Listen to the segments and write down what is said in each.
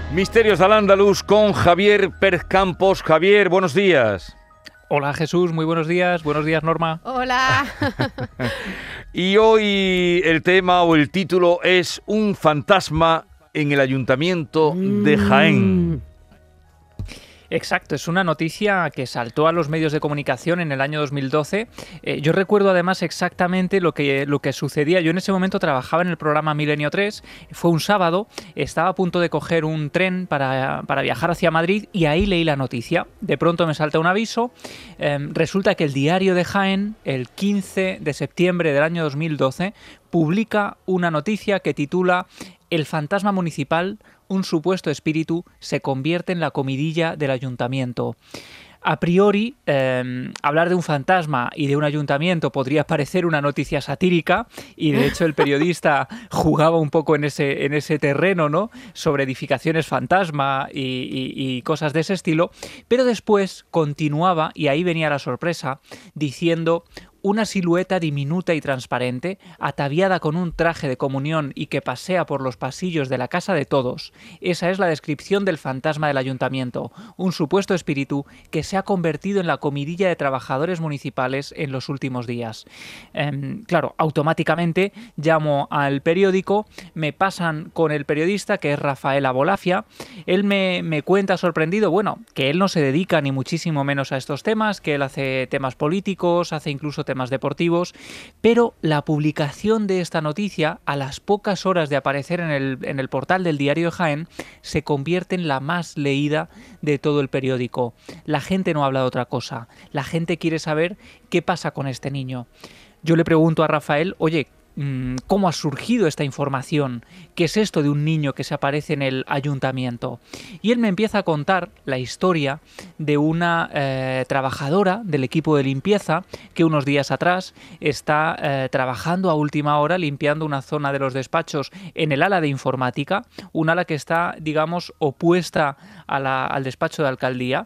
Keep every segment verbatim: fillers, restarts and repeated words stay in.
Misterios al Andaluz con Javier Pérez Campos. Javier, buenos días. Hola Jesús, muy buenos días. Buenos días, Norma. Hola. Y hoy el tema o el título es Un fantasma en el Ayuntamiento mm. de Jaén. Exacto, es una noticia que saltó a los medios de comunicación en el año dos mil doce. Eh, yo recuerdo además exactamente lo que, lo que sucedía. Yo en ese momento trabajaba en el programa Milenio tres, fue un sábado, estaba a punto de coger un tren para, para viajar hacia Madrid y ahí leí la noticia. De pronto me salta un aviso, eh, resulta que el Diario de Jaén, el quince de septiembre del año dos mil doce, publica una noticia que titula El fantasma municipal, un supuesto espíritu, se convierte en la comidilla del ayuntamiento. A priori, eh, hablar de un fantasma y de un ayuntamiento podría parecer una noticia satírica, y de hecho el periodista jugaba un poco en ese, en ese terreno, ¿no?, sobre edificaciones fantasma y, y, y cosas de ese estilo, pero después continuaba, y ahí venía la sorpresa, diciendo: una silueta diminuta y transparente, ataviada con un traje de comunión y que pasea por los pasillos de la casa de todos. Esa es la descripción del fantasma del ayuntamiento, un supuesto espíritu que se ha convertido en la comidilla de trabajadores municipales en los últimos días. Eh, claro, automáticamente llamo al periódico, me pasan con el periodista, que es Rafael Abolafia. Él me, me cuenta sorprendido, bueno, que él no se dedica ni muchísimo menos a estos temas, que él hace temas políticos, hace incluso temas deportivos, pero la publicación de esta noticia, a las pocas horas de aparecer en el, en el portal del Diario de Jaén, se convierte en la más leída de todo el periódico. La gente no habla de otra cosa, la gente quiere saber qué pasa con este niño. Yo le pregunto a Rafael, oye, ¿cómo ha surgido esta información? ¿Qué es esto de un niño que se aparece en el ayuntamiento? Y él me empieza a contar la historia de una eh, trabajadora del equipo de limpieza que unos días atrás está eh, trabajando a última hora limpiando una zona de los despachos en el ala de informática, un ala que está, digamos, opuesta a la, al despacho de alcaldía,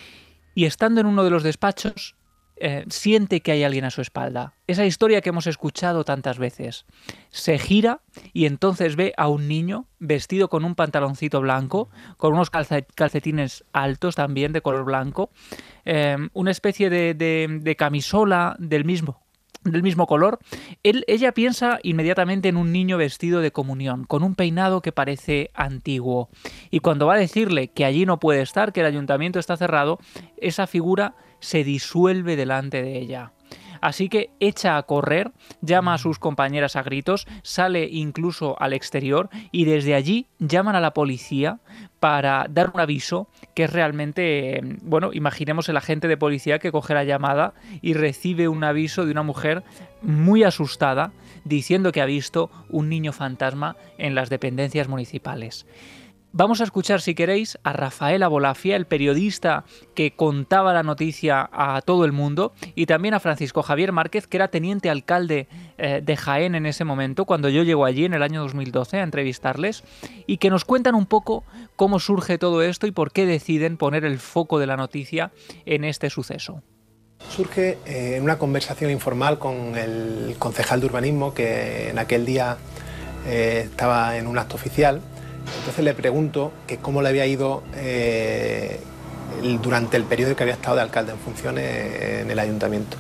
y estando en uno de los despachos, Eh, siente que hay alguien a su espalda. Esa historia que hemos escuchado tantas veces. Se gira y entonces ve a un niño vestido con un pantaloncito blanco, con unos calce- calcetines altos también de color blanco, eh, una especie de, de, de camisola del mismo del mismo color. Él, ella piensa inmediatamente en un niño vestido de comunión, con un peinado que parece antiguo. Y cuando va a decirle que allí no puede estar, que el ayuntamiento está cerrado, esa figura se disuelve delante de ella. Así que echa a correr, llama a sus compañeras a gritos, sale incluso al exterior y desde allí llaman a la policía para dar un aviso que es realmente, bueno, imaginemos el agente de policía que coge la llamada y recibe un aviso de una mujer muy asustada diciendo que ha visto un niño fantasma en las dependencias municipales. Vamos a escuchar, si queréis, a Rafael Abolafia, el periodista que contaba la noticia a todo el mundo, y también a Francisco Javier Márquez, que era teniente alcalde eh, de Jaén en ese momento, cuando yo llego allí en el año dos mil doce a entrevistarles, y que nos cuentan un poco cómo surge todo esto y por qué deciden poner el foco de la noticia en este suceso. Surge eh, en una conversación informal con el concejal de urbanismo, que en aquel día eh, estaba en un acto oficial. Entonces le pregunto que cómo le había ido eh, el, durante el periodo que había estado de alcalde en funciones en el ayuntamiento.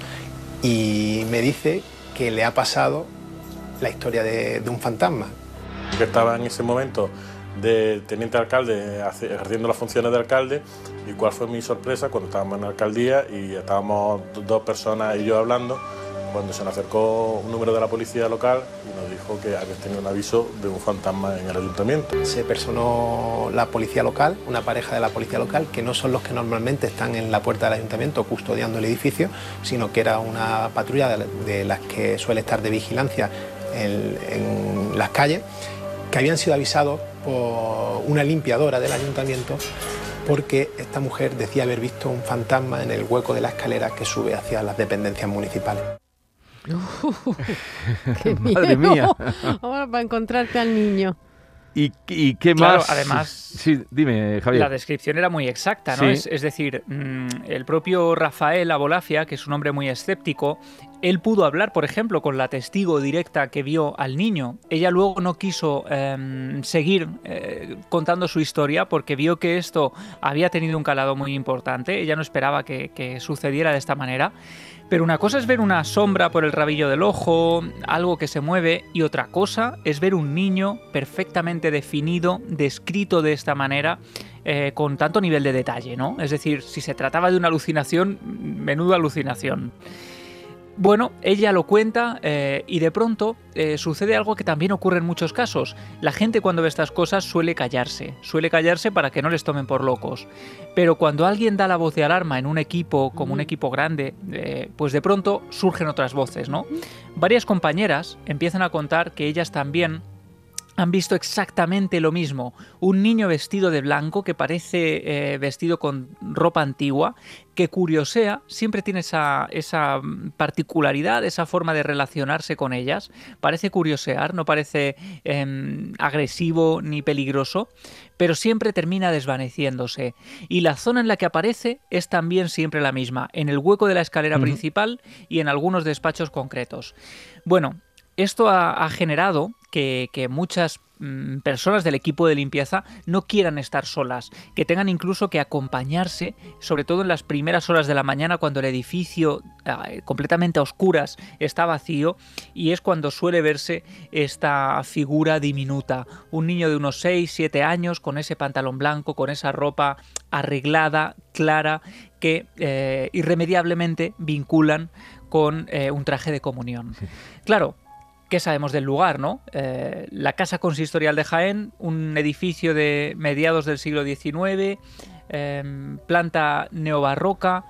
Y me dice que le ha pasado la historia de, de un fantasma. Yo estaba en ese momento de teniente alcalde ejerciendo las funciones de alcalde, y cuál fue mi sorpresa cuando estábamos en la alcaldía y estábamos dos personas y yo hablando, cuando se nos acercó un número de la policía local y nos dijo que había tenido un aviso de un fantasma en el ayuntamiento. Se personó la policía local, una pareja de la policía local, que no son los que normalmente están en la puerta del ayuntamiento custodiando el edificio, sino que era una patrulla de, de las que suele estar de vigilancia en, en las calles, que habían sido avisados por una limpiadora del ayuntamiento porque esta mujer decía haber visto un fantasma en el hueco de la escalera que sube hacia las dependencias municipales. Uh, ¡Qué miedo! Madre mía. Ahora para encontrarte al niño. ¿Y, y qué Claro, más? además, sí, dime, Javier. La descripción era muy exacta, ¿no? Sí. Es, es decir, mmm, el propio Rafael Abolafia, que es un hombre muy escéptico, él pudo hablar, por ejemplo, con la testigo directa que vio al niño. Ella luego no quiso eh, seguir eh, contando su historia porque vio que esto había tenido un calado muy importante. Ella no esperaba que, que sucediera de esta manera. Pero una cosa es ver una sombra por el rabillo del ojo, algo que se mueve, y otra cosa es ver un niño perfectamente definido, descrito de esta manera, eh, con tanto nivel de detalle, ¿no? Es decir, si se trataba de una alucinación, menuda alucinación. Bueno, ella lo cuenta eh, y de pronto eh, sucede algo que también ocurre en muchos casos. La gente cuando ve estas cosas suele callarse, suele callarse para que no les tomen por locos. Pero cuando alguien da la voz de alarma en un equipo, como un equipo grande, eh, pues de pronto surgen otras voces, ¿no? Varias compañeras empiezan a contar que ellas también han visto exactamente lo mismo. Un niño vestido de blanco que parece eh, vestido con ropa antigua, que curiosea, siempre tiene esa, esa particularidad, esa forma de relacionarse con ellas. Parece curiosear, no parece eh, agresivo ni peligroso, pero siempre termina desvaneciéndose. Y la zona en la que aparece es también siempre la misma, en el hueco de la escalera uh-huh. principal y en algunos despachos concretos. Bueno, esto ha, ha generado que, que muchas mm, personas del equipo de limpieza no quieran estar solas, que tengan incluso que acompañarse, sobre todo en las primeras horas de la mañana cuando el edificio eh, completamente a oscuras está vacío, y es cuando suele verse esta figura diminuta, un niño de unos seis, siete años con ese pantalón blanco, con esa ropa arreglada, clara, que eh, irremediablemente vinculan con eh, un traje de comunión. Sí. Claro, ¿qué sabemos del lugar, no? Eh, la Casa Consistorial de Jaén, un edificio de mediados del siglo diecinueve, eh, planta neobarroca,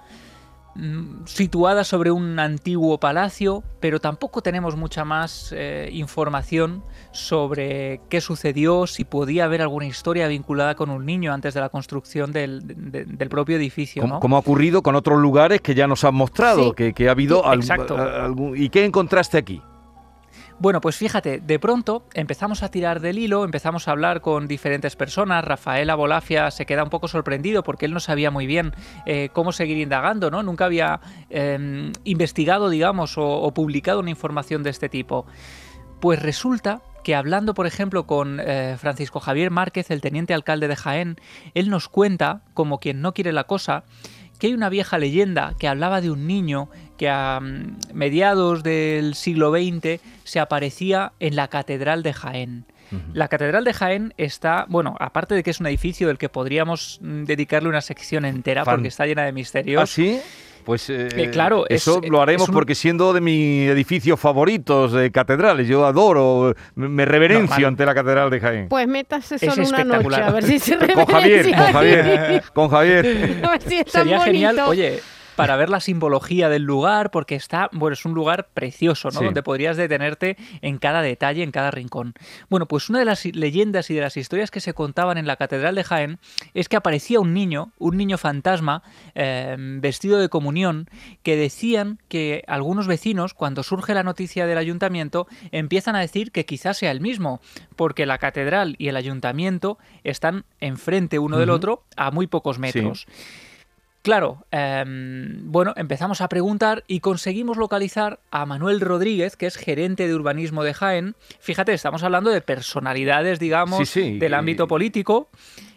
situada sobre un antiguo palacio, pero tampoco tenemos mucha más eh, información sobre qué sucedió, si podía haber alguna historia vinculada con un niño antes de la construcción del, de, del propio edificio, ¿no? Como, como ha ocurrido con otros lugares que ya nos han mostrado, sí. que, que ha habido sí, algún, algún... ¿Y qué encontraste aquí? Bueno, pues fíjate, de pronto empezamos a tirar del hilo, empezamos a hablar con diferentes personas. Rafael Abolafia se queda un poco sorprendido porque él no sabía muy bien eh, cómo seguir indagando, ¿no? Nunca había eh, investigado, digamos, o, o publicado una información de este tipo. Pues resulta que hablando, por ejemplo, con eh, Francisco Javier Márquez, el teniente alcalde de Jaén, él nos cuenta, como quien no quiere la cosa, que hay una vieja leyenda que hablaba de un niño que a um, mediados del siglo veinte se aparecía en la Catedral de Jaén. Uh-huh. La Catedral de Jaén está, bueno, aparte de que es un edificio del que podríamos dedicarle una sección entera Fan. porque está llena de misterios. ¿Ah, sí? Pues eh, eh, claro, eso es, lo haremos un... porque siendo de mis edificios favoritos de catedrales, yo adoro, me reverencio Normal. ante la Catedral de Jaén. Pues métase solo una noche a ver si se reverencia. Con Javier, con Javier, con Javier. A ver si es Sería tan genial, bonito. oye, para ver la simbología del lugar, porque está, bueno, es un lugar precioso, ¿no? Sí. Donde podrías detenerte en cada detalle, en cada rincón. Bueno, pues una de las leyendas y de las historias que se contaban en la Catedral de Jaén es que aparecía un niño, un niño fantasma, eh, vestido de comunión, que decían que algunos vecinos, cuando surge la noticia del ayuntamiento, empiezan a decir que quizás sea el mismo, porque la catedral y el ayuntamiento están enfrente uno uh-huh. del otro a muy pocos metros. Sí. Claro, eh, bueno, empezamos a preguntar y conseguimos localizar a Manuel Rodríguez, que es gerente de urbanismo de Jaén. Fíjate, estamos hablando de personalidades, digamos, sí, sí. del ámbito político.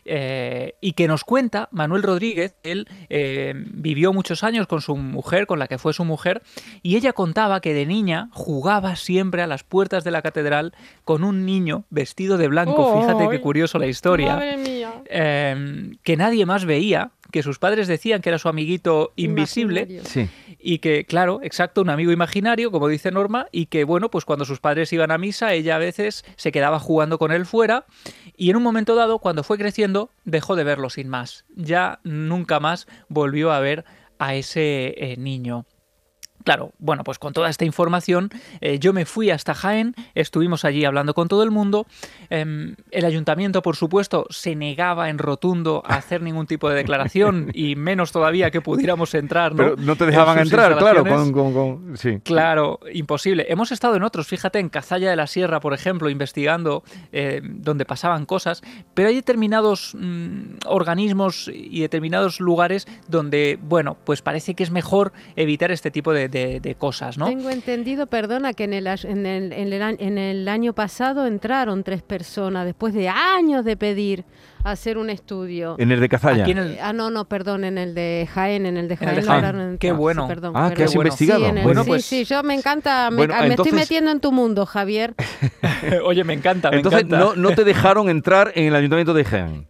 Eh, y que nos cuenta, Manuel Rodríguez, él eh, vivió muchos años con su mujer, con la que fue su mujer, y ella contaba que de niña jugaba siempre a las puertas de la catedral con un niño vestido de blanco. Oh, fíjate qué curioso la historia. Madre mía. Eh, que nadie más veía, que sus padres decían que era su amiguito invisible. Sí. Y que, claro, exacto, un amigo imaginario, como dice Norma, y que, bueno, pues cuando sus padres iban a misa, ella a veces se quedaba jugando con él fuera, y en un momento dado, cuando fue creciendo, dejó de verlo sin más. Ya nunca más volvió a ver a ese eh, niño. Claro, bueno, pues con toda esta información eh, yo me fui hasta Jaén, estuvimos allí hablando con todo el mundo. Eh, el ayuntamiento, por supuesto, se negaba en rotundo a hacer ningún tipo de declaración y menos todavía que pudiéramos entrar, ¿no? Pero no te dejaban entrar, claro. Con, con, con... Sí. Claro, imposible. Hemos estado en otros, fíjate, en Cazalla de la Sierra, por ejemplo, investigando eh, donde pasaban cosas, pero hay determinados mmm, organismos y determinados lugares donde, bueno, pues parece que es mejor evitar este tipo de De, de cosas, ¿no? Tengo entendido, perdona, que en el, en, el, en, el, en el año pasado entraron tres personas después de años de pedir hacer un estudio. ¿En el de Cazalla? Aquí en el... Ah, no, no, perdón, en el de Jaén, en el de Jaén. En el de Jaén. En... Qué bueno. Sí, perdón, ah, perdón. que has bueno. investigado. Sí, el... bueno, sí, pues... sí, yo me encanta, me, bueno, me entonces... estoy metiendo en tu mundo, Javier. Oye, me encanta, me entonces, encanta. No, no te dejaron entrar en el Ayuntamiento de Jaén.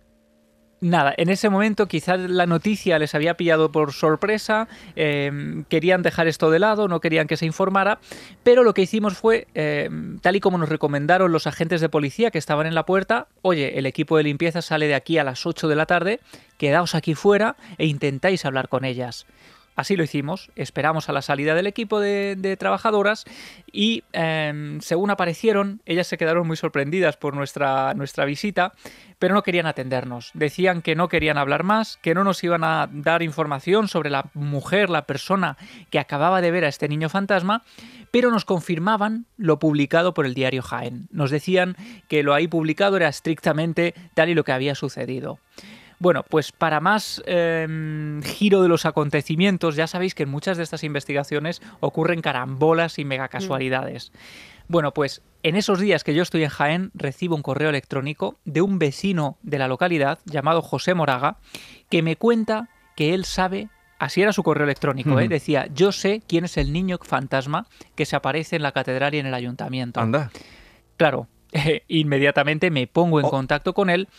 Nada, en ese momento quizás la noticia les había pillado por sorpresa, eh, querían dejar esto de lado, no querían que se informara, pero lo que hicimos fue, eh, tal y como nos recomendaron los agentes de policía que estaban en la puerta, oye, el equipo de limpieza sale de aquí a las ocho de la tarde, quedaos aquí fuera e intentáis hablar con ellas. Así lo hicimos, esperamos a la salida del equipo de, de trabajadoras y eh, según aparecieron, ellas se quedaron muy sorprendidas por nuestra, nuestra visita, pero no querían atendernos. Decían que no querían hablar más, que no nos iban a dar información sobre la mujer, la persona que acababa de ver a este niño fantasma, pero nos confirmaban lo publicado por el diario Jaén. Nos decían que lo ahí publicado era estrictamente tal y lo que había sucedido. Bueno, pues para más eh, giro de los acontecimientos, ya sabéis que en muchas de estas investigaciones ocurren carambolas y megacasualidades. Mm. Bueno, pues en esos días que yo estoy en Jaén, recibo un correo electrónico de un vecino de la localidad llamado José Moraga, que me cuenta que él sabe, así era su correo electrónico, uh-huh. ¿eh? Decía, yo sé quién es el niño fantasma que se aparece en la catedral y en el ayuntamiento. Anda. Claro, eh, inmediatamente me pongo en oh. contacto con él.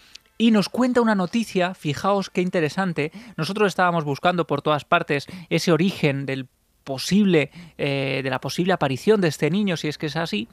Y nos cuenta una noticia, fijaos qué interesante, nosotros estábamos buscando por todas partes ese origen del posible, eh, de la posible aparición de este niño, si es que es así,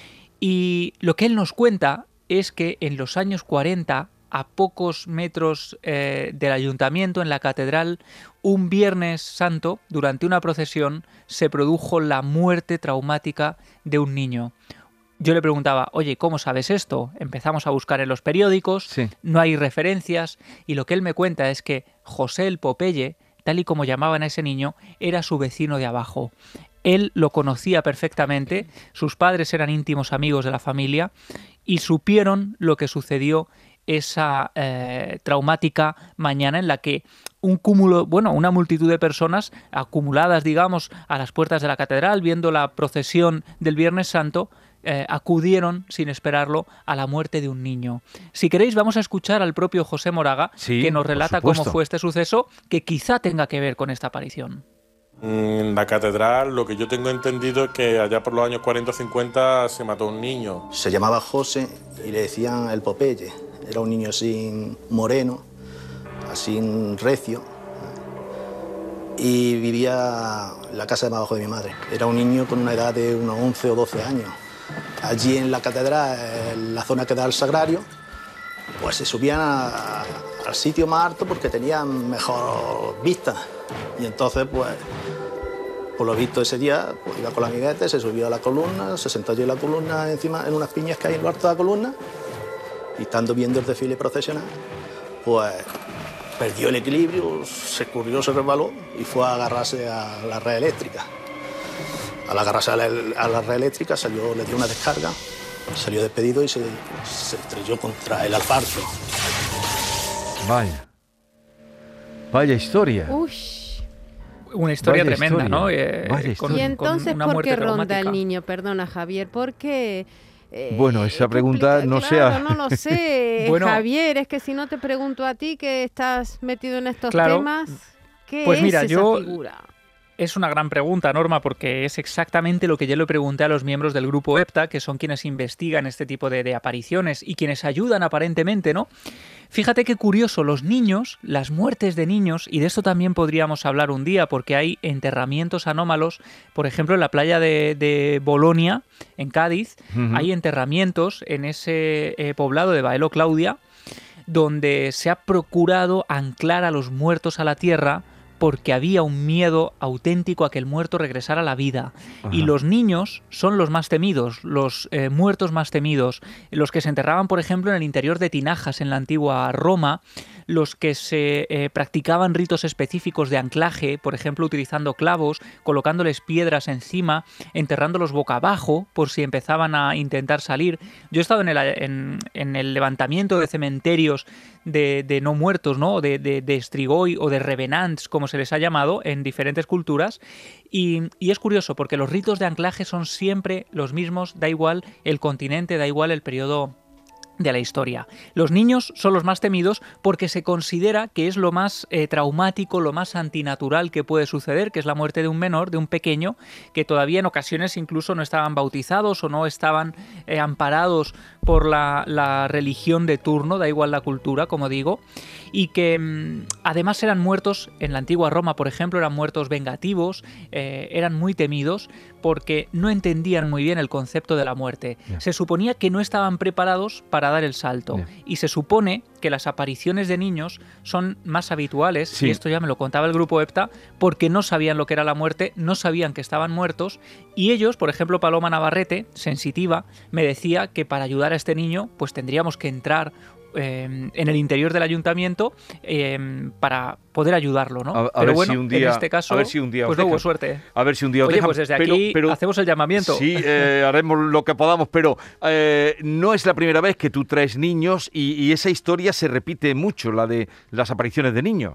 y lo que él nos cuenta es que en los años cuarenta, a pocos metros eh, del ayuntamiento, en la catedral, un Viernes Santo, durante una procesión, se produjo la muerte traumática de un niño. Yo le preguntaba, oye, ¿cómo sabes esto? Empezamos a buscar en los periódicos, sí. No hay referencias, y lo que él me cuenta es que José el Popeye, tal y como llamaban a ese niño, era su vecino de abajo. Él lo conocía perfectamente, sus padres eran íntimos amigos de la familia, y supieron lo que sucedió esa eh, traumática mañana en la que un cúmulo, bueno, una multitud de personas acumuladas, digamos, a las puertas de la catedral, viendo la procesión del Viernes Santo, Eh, acudieron, sin esperarlo, a la muerte de un niño. Si queréis, vamos a escuchar al propio José Moraga, sí, que nos relata cómo fue este suceso, que quizá tenga que ver con esta aparición. En la catedral, lo que yo tengo entendido es que allá por los años cuarenta o cincuenta se mató un niño. Se llamaba José y le decían el Popeye. Era un niño así moreno, así recio, y vivía en la casa de abajo de mi madre. Era un niño con una edad de unos once o doce años. Allí en la catedral, en la zona que da al sagrario, pues se subían a, al sitio más alto porque tenían mejor vista. Y entonces, pues, por lo visto ese día, pues iba con la amiguete, se subió a la columna, se sentó allí en la columna, encima, en unas piñas que hay en lo alto de la columna, y estando viendo el desfile procesional, pues perdió el equilibrio, se escurrió, se resbaló y fue a agarrarse a la red eléctrica. Al agarrarse a la, a la red eléctrica salió, le dio una descarga, salió despedido y se, se estrelló contra el alfarzo. Vaya. Vaya historia. Uy. Una historia Vaya tremenda, historia. ¿no? Eh, Vaya con, y entonces, con una ¿por qué ronda traumática. el niño? Perdona, Javier, ¿por qué? Eh, bueno, esa pregunta no claro, sea... no lo sé, bueno, Javier, es que si no te pregunto a ti que estás metido en estos claro, temas, ¿qué pues es mira, esa yo... figura? Es una gran pregunta, Norma, porque es exactamente lo que yo le pregunté a los miembros del grupo EPTA, que son quienes investigan este tipo de, de apariciones y quienes ayudan aparentemente, ¿no? Fíjate qué curioso, los niños, las muertes de niños, y de esto también podríamos hablar un día, porque hay enterramientos anómalos, por ejemplo, en la playa de, de Bolonia, en Cádiz, uh-huh. hay enterramientos en ese eh, poblado de Baelo Claudia, donde se ha procurado anclar a los muertos a la tierra porque había un miedo auténtico a que el muerto regresara a la vida. Ajá. Y los niños son los más temidos, los eh, muertos más temidos, los que se enterraban, por ejemplo, en el interior de tinajas en la antigua Roma, los que se eh, practicaban ritos específicos de anclaje, por ejemplo, utilizando clavos, colocándoles piedras encima, enterrándolos boca abajo por si empezaban a intentar salir. Yo he estado en el, en, en el levantamiento de cementerios de, de no muertos, ¿no? De, de, de Strigoi o de revenants, como se les ha llamado en diferentes culturas, y, y es curioso porque los ritos de anclaje son siempre los mismos, da igual el continente, da igual el periodo de la historia. Los niños son los más temidos porque se considera que es lo más eh, traumático, lo más antinatural que puede suceder, que es la muerte de un menor, de un pequeño, que todavía en ocasiones incluso no estaban bautizados o no estaban eh, amparados por la, la religión de turno, da igual la cultura, como digo, y que mmm, además eran muertos, en la antigua Roma, por ejemplo, eran muertos vengativos, eh, eran muy temidos porque no entendían muy bien el concepto de la muerte. Yeah. Se suponía que no estaban preparados para dar el salto. Yeah. Y se supone que las apariciones de niños son más habituales, sí. y esto ya me lo contaba el grupo EPTA, porque no sabían lo que era la muerte, no sabían que estaban muertos, y ellos, por ejemplo, Paloma Navarrete, sensitiva, me decía que para ayudar a este niño, pues tendríamos que entrar Eh, en el interior del ayuntamiento eh, para poder ayudarlo, ¿no? A, a pero ver bueno, si un día, en este caso, a ver si un día pues no hubo suerte. A ver si un día os Oye, dejan. pues desde pero, aquí pero, hacemos el llamamiento. Sí, eh, haremos lo que podamos, pero eh, no es la primera vez que tú traes niños y, y esa historia se repite mucho, la de las apariciones de niños.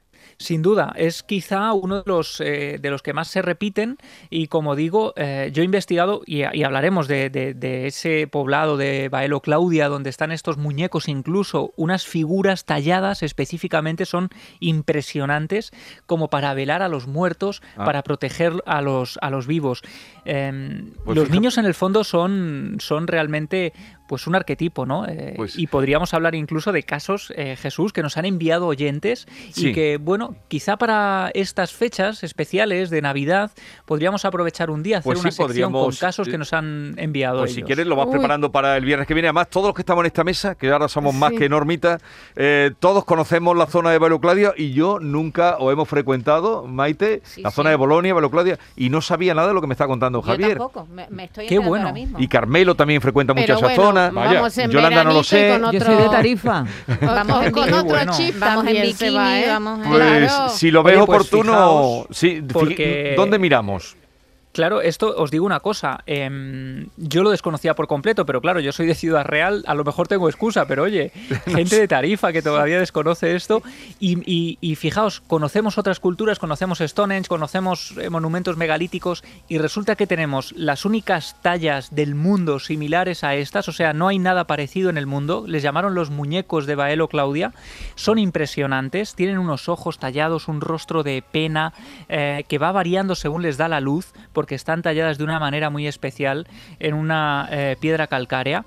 Sin duda, es quizá uno de los, eh, de los que más se repiten y como digo, eh, yo he investigado y, y hablaremos de, de, de ese poblado de Baelo Claudia donde están estos muñecos, incluso unas figuras talladas específicamente son impresionantes como para velar a los muertos, ah. para proteger a los, a los vivos. Eh, pues los fíjate. niños en el fondo son, son realmente pues un arquetipo, ¿no? Eh, pues, y podríamos hablar incluso de casos, eh, Jesús, que nos han enviado oyentes sí. y que, bueno, quizá para estas fechas especiales de Navidad podríamos aprovechar un día, hacer pues una sí, sección con podríamos, casos que nos han enviado Pues ellos. si quieres lo vas Uy. preparando para el viernes que viene. Además, todos los que estamos en esta mesa, que ahora somos más sí. que enormitas, eh, todos conocemos la zona de Baelo Claudia y yo nunca o hemos frecuentado, Maite, sí, la zona sí. de Bolonia, Baelo Claudia, y no sabía nada de lo que me está contando yo Javier. Tampoco, me, me estoy Qué bueno. ahora mismo. Y Carmelo también frecuenta Pero mucho bueno, esa zona. Vaya, Yolanda no lo sé. Otro... Yo soy de Tarifa. Vamos en con otro bueno. chip, vamos en también bikini, se va, ¿eh? vamos en... Pues Claro. si lo ves Oye, pues oportuno, fijaos, sí, porque... ¿dónde miramos? Claro, esto os digo una cosa, eh, yo lo desconocía por completo, pero claro, yo soy de Ciudad Real, a lo mejor tengo excusa, pero oye, gente de Tarifa que todavía desconoce esto y, y, y fijaos, conocemos otras culturas, conocemos Stonehenge, conocemos eh, monumentos megalíticos y resulta que tenemos las únicas tallas del mundo similares a estas, o sea, no hay nada parecido en el mundo, les llamaron los muñecos de Baelo Claudia, son impresionantes, tienen unos ojos tallados, un rostro de pena eh, que va variando según les da la luz, porque que están talladas de una manera muy especial en una eh, piedra calcárea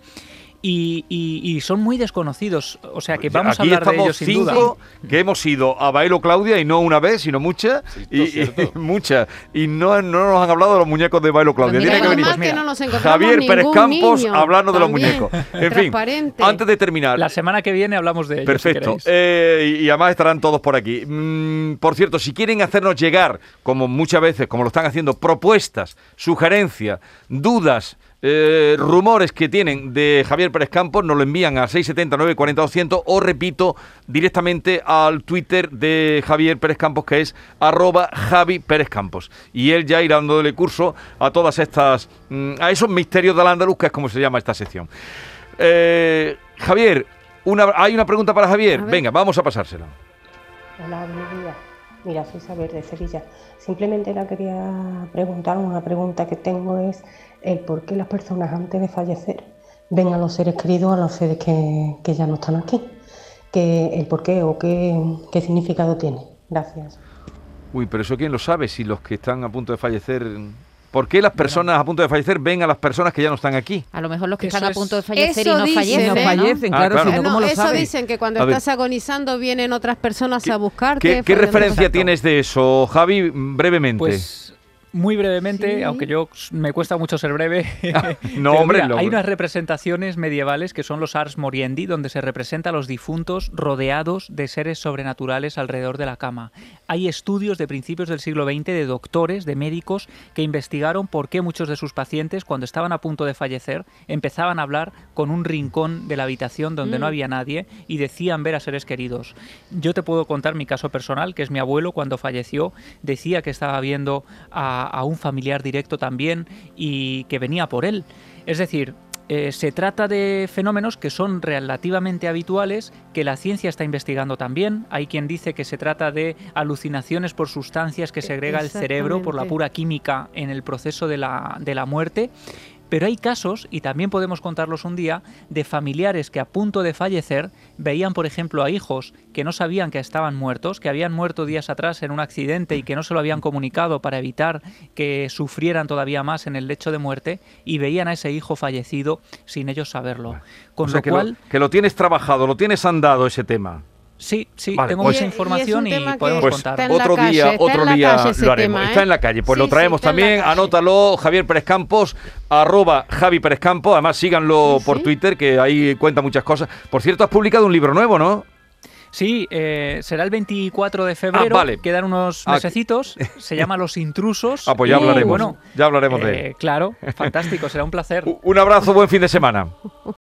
y, y, y son muy desconocidos, o sea que vamos Aquí a hablar de ellos sin cinco duda. Que hemos ido a Baelo Claudia y no una vez, sino muchas, sí, y, y muchas, y no, no nos han hablado de los muñecos de Baelo Claudia. Mira, Tiene que venir pues mira, que no nos Javier Pérez Campos niño, hablando de los también, muñecos. En fin, antes de terminar. La semana que viene hablamos de ellos. Perfecto. Si eh, y, y además estarán todos por aquí. Mm, por cierto, si quieren hacernos llegar, como muchas veces, como lo están haciendo, propuestas, sugerencias, dudas, Eh, rumores que tienen de Javier Pérez Campos, nos lo envían a seis siete nueve cuatro cero doscientos o, repito, directamente al Twitter de Javier Pérez Campos, que es arroba Javi Pérez Campos. Y él ya irá dándole curso a todas estas, a esos misterios del andaluz, que es como se llama esta sección. Eh, Javier, una, ¿hay una pregunta para Javier? Venga, vamos a pasársela. Hola, buenos días. Mira, soy Saber de Sevilla. Simplemente la quería preguntar, una pregunta que tengo es el por qué las personas antes de fallecer ven a los seres queridos, a los seres que, que ya no están aquí. Que, el por qué o qué, qué significado tiene. Gracias. Uy, pero eso quién lo sabe, si los que están a punto de fallecer... ¿Por qué las personas bueno. a punto de fallecer ven a las personas que ya no están aquí? A lo mejor los que eso están es, a punto de fallecer y no dicen, fallecen. ¿no? No fallecen, ah, claro, claro. sino No, ¿cómo lo eso sabe? dicen que cuando a estás ver. agonizando vienen otras personas ¿Qué, a buscarte. ¿Qué, ¿qué referencia tienes de eso, Javi? Brevemente. Pues... Muy brevemente, Sí. aunque yo me cuesta mucho ser breve. No, pero hombre, mira, no. hay unas representaciones medievales que son los Ars Moriendi, donde se representa a los difuntos rodeados de seres sobrenaturales alrededor de la cama. Hay estudios de principios del siglo veinte de doctores, de médicos, que investigaron por qué muchos de sus pacientes, cuando estaban a punto de fallecer, empezaban a hablar con un rincón de la habitación donde Mm. no había nadie y decían ver a seres queridos. Yo te puedo contar mi caso personal, que es mi abuelo cuando falleció, decía que estaba viendo a, a un familiar directo también y que venía por él. Es decir, eh, se trata de fenómenos que son relativamente habituales, que la ciencia está investigando también. Hay quien dice que se trata de alucinaciones por sustancias que segrega el cerebro por la Exactamente. pura química en el proceso de la, de la muerte. Pero hay casos, y también podemos contarlos un día, de familiares que a punto de fallecer veían, por ejemplo, a hijos que no sabían que estaban muertos, que habían muerto días atrás en un accidente y que no se lo habían comunicado para evitar que sufrieran todavía más en el lecho de muerte, y veían a ese hijo fallecido sin ellos saberlo. Con O sea, lo que, cual, lo, que lo tienes trabajado, lo tienes andado ese tema. sí, sí, Vale, tengo pues- mucha Y- y es un información y, tema que podemos Pues está contar. en la otro calle, día, está otro en la día calle ese lo haremos. tema, ¿eh? Está en la calle, pues Sí, lo sí, traemos está en la también. calle. Anótalo, Javier Pérez Campos, arroba Javi Pérez Campos. Además, síganlo Sí, por sí. Twitter, que ahí cuenta muchas cosas. Por cierto, has publicado un libro nuevo, ¿no? Sí, eh, será el veinticuatro de febrero, Ah, vale. quedan unos Ah, mesecitos, se llama Los Intrusos. Ah, pues ya y, hablaremos. Bueno, ya hablaremos de él. eh, claro, fantástico, será un placer. Un abrazo, buen fin de semana.